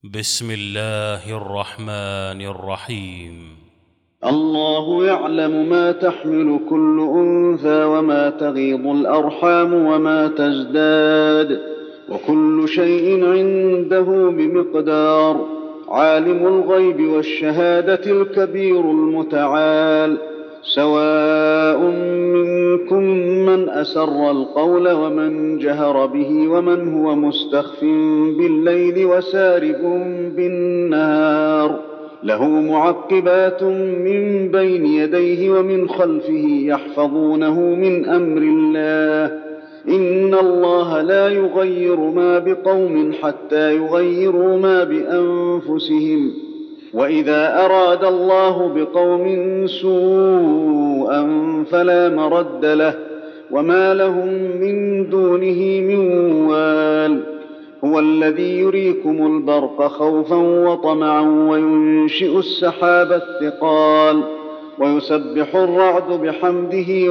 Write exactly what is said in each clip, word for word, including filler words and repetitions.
بسم الله الرحمن الرحيم. الله يعلم ما تحمل كل أنثى وما تغيض الأرحام وما تزداد، وكل شيء عنده بمقدار. عالم الغيب والشهادة الكبير المتعال. سواء منكم من أسر القول ومن جهر به ومن هو مستخف بالليل وسارب بالنهار، له معقبات من بين يديه ومن خلفه يحفظونه من أمر الله. إن الله لا يغير ما بقوم حتى يغيروا ما بأنفسهم، وإذا أراد الله بقوم سوءا فلا مرد له، وما لهم من دونه من وال. هو الذي يريكم البرق خوفا وطمعا وينشئ السحاب الثقال، ويسبح الرعد بحمده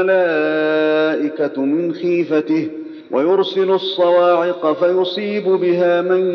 والملائكة من خيفته، ويرسل الصواعق فيصيب بها من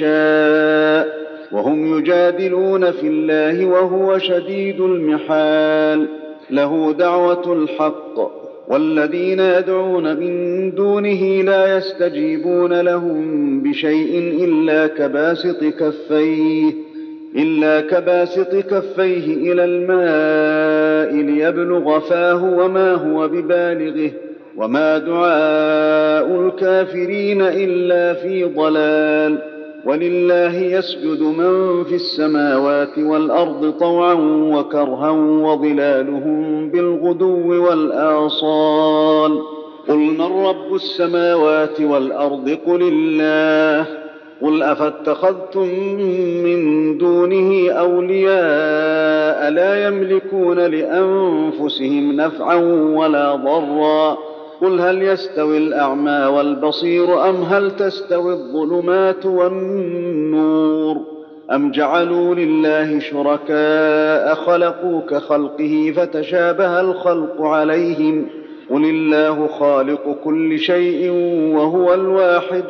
يشاء، وهم يجادلون في الله وهو شديد المحال. له دعوة الحق، والذين يدعون من دونه لا يستجيبون لهم بشيء إلا كباسط كفيه إلا كباسط كفيه إلى الماء ليبلغ فاه وما هو ببالغه، وما دعاء الكافرين إلا في ضلال. ولله يسجد من في السماوات والأرض طوعا وكرها وظلالهم بالغدو والآصال. قل من رب السماوات والأرض قل الله. قل أفاتخذتم من دونه أولياء لا يملكون لأنفسهم نفعا ولا ضرا. قل هل يستوي الأعمى والبصير أم هل تستوي الظلمات والنور، أم جعلوا لله شركاء خلقوا كخلقه فتشابه الخلق عليهم. قل الله خالق كل شيء وهو الواحد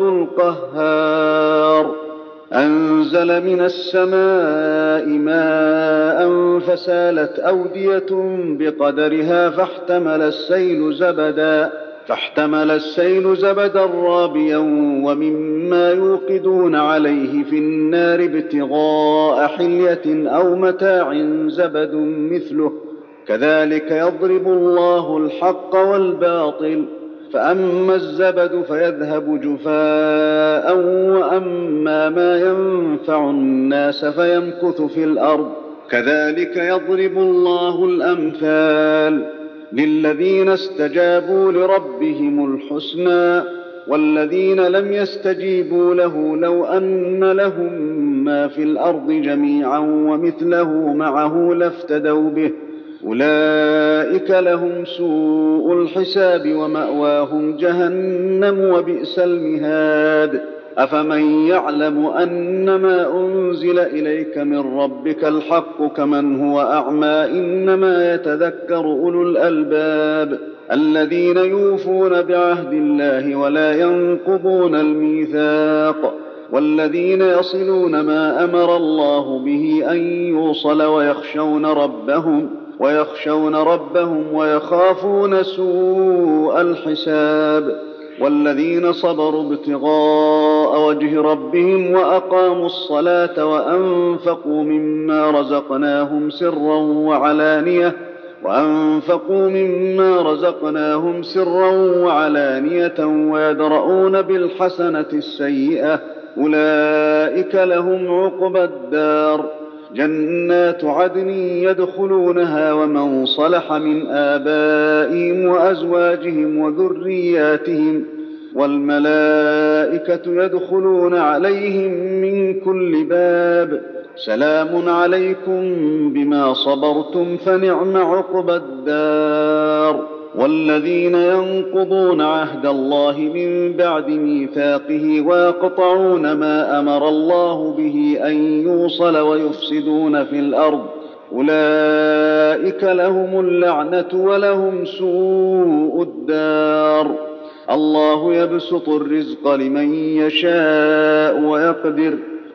القهار. أنزل من السماء ماء فسالت أودية بقدرها فاحتمل السيل زبدا فاحتمل السيل زبدا رابيا ومما يوقدون عليه في النار ابتغاء حلية أو متاع زبد مثله، كذلك يضرب الله الحق والباطل. فأما الزبد فيذهب جفاء، وأما ما ينفع الناس فيمكث في الأرض، كذلك يضرب الله الأمثال. للذين استجابوا لربهم الحسنى، والذين لم يستجيبوا له لو أن لهم ما في الأرض جميعا ومثله معه لافتدوا به، أولئك لهم سوء الحساب ومأواهم جهنم وبئس المهاد. أفمن يعلم أنما أنزل إليك من ربك الحق كمن هو أعمى إنما يتذكر أولو الألباب الذين يوفون بعهد الله ولا ينقضون الميثاق، والذين يصلون ما أمر الله به أن يوصل ويخشون ربهم ويخشون ربهم ويخافون سوء الحساب، والذين صبروا ابتغاء وجه ربهم وأقاموا الصلاة وأنفقوا مما رزقناهم سرا وعلانية وأنفقوا مما رزقناهم سرا وعلانية ويدرؤون بالحسنة السيئة أولئك لهم عقبى الدار، جنات عدن يدخلونها ومن صلح من آبائهم وأزواجهم وذرياتهم، والملائكة يدخلون عليهم من كل باب. سلام عليكم بما صبرتم فنعم عقبى الدار. والذين ينقضون عهد الله من بعد ميثاقه ويقطعون ما أمر الله به أن يوصل ويفسدون في الأرض أولئك لهم اللعنة ولهم سوء الدار. الله يبسط الرزق لمن يشاء ويقدر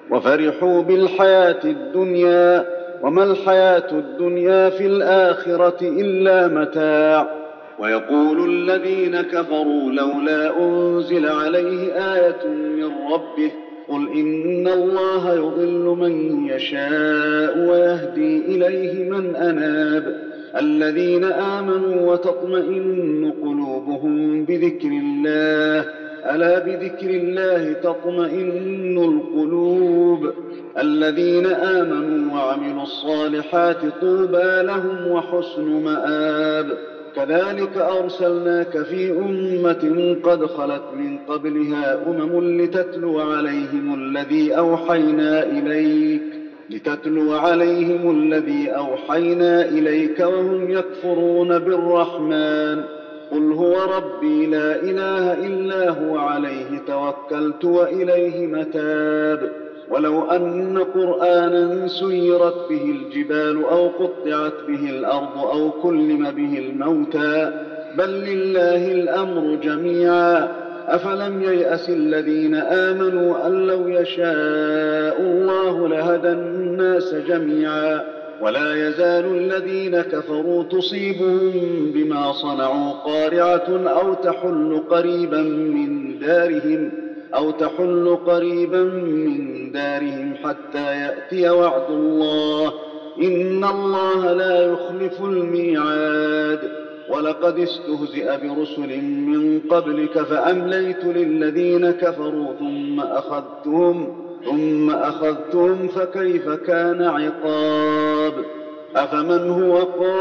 وفرحوا بالحياة الدنيا وما الحياة الدنيا في الآخرة إلا متاع. ويقول الذين كفروا لولا أنزل عليه آية من ربه قل إن الله يضل من يشاء ويهدي إليه من أناب الذين آمنوا وتطمئن قلوبهم بذكر الله ألا بذكر الله تطمئن القلوب الذين آمنوا وعملوا الصالحات طوبى لهم وحسن مآب. كذلك أرسلناك في أمة قد خلت من قبلها أمم لتتلو عليهم الذي أوحينا إليك لتتلو عليهم الذي أوحينا إليك وهم يكفرون بالرحمن قل هو ربي لا إله إلا هو عليه توكلت وإليه متاب. ولو أن قرآنا سيرت به الجبال أو قطعت به الأرض أو كلم به الموتى بل لله الأمر جميعا أفلم ييأس الذين آمنوا أن لو يشاء الله لهدى الناس جميعا ولا يزال الذين كفروا تصيبهم بما صنعوا قارعة أو تحل قريبا من دارهم أو تحل قريبا من دارهم حتى يأتي وعد الله إن الله لا يخلف الميعاد. ولقد استهزئ برسل من قبلك فأمليت للذين كفروا ثم أخذتهم ثم أخذتهم فكيف كان عقاب. أفمن هو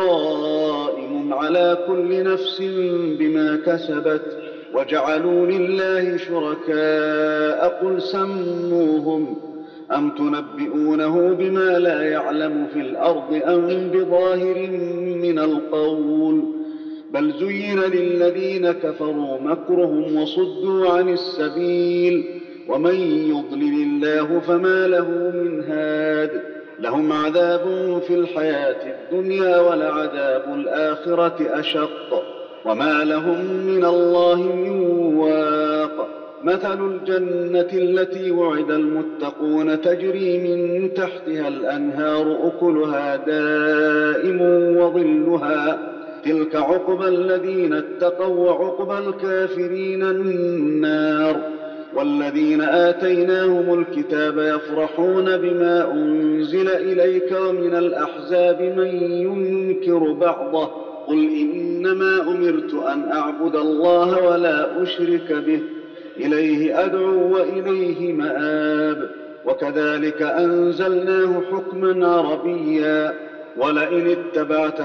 قائم على كل نفس بما كسبت وجعلوا لله شركاء قل سموهم أم تنبئونه بما لا يعلم في الأرض أم بظاهر من القول بل زين للذين كفروا مكرهم وصدوا عن السبيل ومن يضلل الله فما له من هاد لهم عذاب في الحياة الدنيا ولعذاب الآخرة أشق وما لهم من الله من واق. مثل الجنة التي وعد المتقون تجري من تحتها الأنهار أكلها دائم وظلها تلك عقبى الذين اتقوا وعقبى الكافرين النار. والذين آتيناهم الكتاب يفرحون بما أنزل إليك ومن الأحزاب من ينكر بعضه قل إنما أمرت أن أعبد الله ولا أشرك به إليه أدعو وإليه مآب. وكذلك أنزلناه حكما عربيا ولئن اتبعت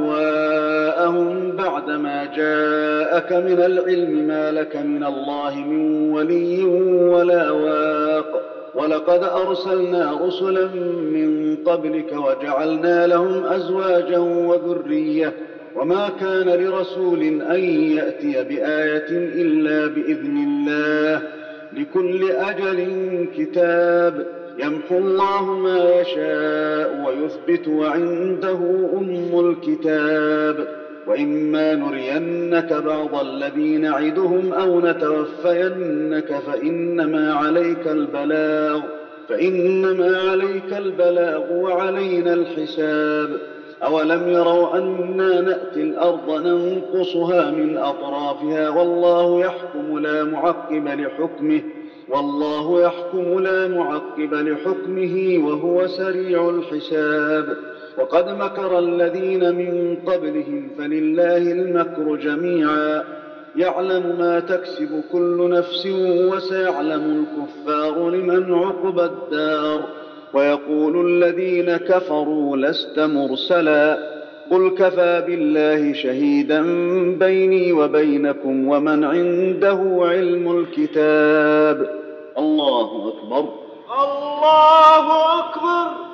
أهواءهم بعدما جاءك من العلم ما لك من الله من ولي ولا واق. ولقد أرسلنا رسلا من قبلك وجعلنا لهم أزواجا وذرية وما كان لرسول أن يأتي بآية إلا بإذن الله لكل أجل كتاب يمحو الله ما يشاء ويثبت وعنده أم الكتاب. وإما نرينك بعض الذي نعدهم أو نتوفينك فإنما عليك البلاغ فإنما عليك البلاغ وعلينا الحساب. أولم يروا أنا نأتي الأرض ننقصها من أطرافها والله يحكم لا معقب لحكمه والله يحكم لا معقب لحكمه وهو سريع الحساب. وقد مكر الذين من قبلهم فلله المكر جميعا يعلم ما تكسب كل نفس وسيعلم الكفار لمن عقبى الدار. ويقول الذين كفروا لست مرسلا قل كفى بالله شهيدا بيني وبينكم ومن عنده علم الكتاب. الله أكبر. الله أكبر.